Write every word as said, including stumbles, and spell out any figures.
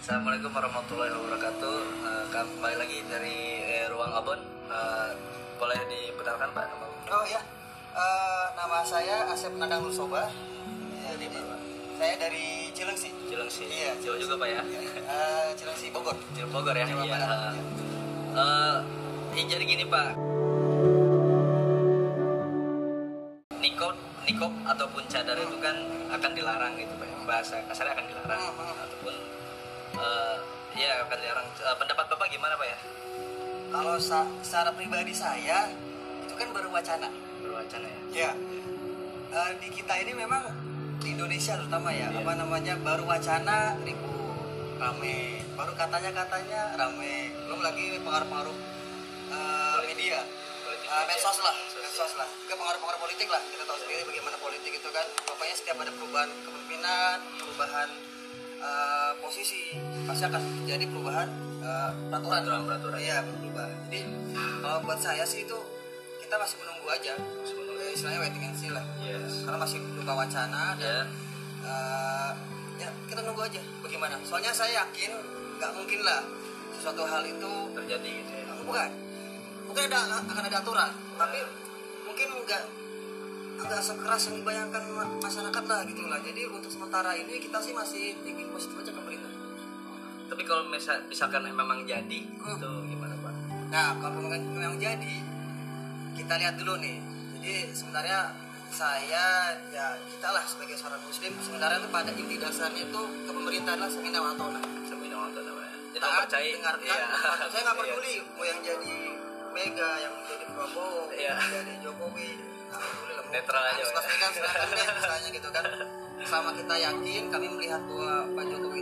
Assalamualaikum warahmatullahi wabarakatuh. Uh, kembali lagi dari eh, Ruang Abon. Uh, boleh diperkenalkan Pak? Oh ya, uh, nama saya Asep Nadang Nursoba. Ya, Dari mana? Saya dari Cilengsi. Cilengsi. Iya, Jauh juga Pak ya? Uh, Cilengsi Bogor. Cilengsi Bogor ya. Jawa Iya. Barat. Uh, ya, jadi gini Pak. Nikop, nikop ataupun cadar itu kan akan dilarang gitu Pak. Bahasa kasarnya akan dilarang Hmm. ataupun uh, ya akan dilarang. Uh, pendapat Bapak gimana Pak ya? Kalau sa- secara pribadi saya itu kan baru wacana. Berwacana ya. Ya. Uh, di kita ini memang di Indonesia terutama ya, Iya. apa namanya baru wacana ribu rame, baru katanya katanya rame, belum lagi pengaruh-pengaruh uh, media. Uh, medsos lah, medsos lah, ke pengaruh-pengaruh politik lah. Kita tahu sendiri bagaimana politik itu kan, pokoknya setiap ada perubahan kepemimpinan, perubahan uh, posisi, pasti akan terjadi perubahan uh, peraturan. Peraturan. Iya, berubah. Jadi kalau buat saya sih itu kita masih menunggu aja, masih menunggu, ya, istilahnya waiting and see lah. Yes. Karena masih berupa wacana dan Ya. uh, ya kita nunggu aja bagaimana. Soalnya saya yakin nggak mungkin lah sesuatu hal itu Terjadi gitu ya. bukan. Mungkin ada, akan ada aturan, tapi mungkin enggak enggak sekeras yang dibayangkan ma- masyarakat lah gitu lah. Jadi untuk sementara ini kita sih masih ingin positif aja ke pemerintah. Tapi kalau misal, misalkan memang jadi, Hmm. itu gimana Pak? Nah kalau memang, memang jadi, kita lihat dulu nih. Jadi sebenarnya saya ya kita lah sebagai seorang muslim sebenarnya itu pada inti dasarnya itu ke pemerintah adalah semina wa ta'na. Semina wa ta'na ya. Jadi Taat, percaya. dengarkan. Iya. Saya nggak peduli mau yang jadi Mega, yang jadi Prabowo, Iya. yang jadi Jokowi, nggak peduli lah. Netral aja, Anies Pak. Baswedan silakan deh misalnya gitu kan. Sama kita yakin, kami melihat bahwa Pak Jokowi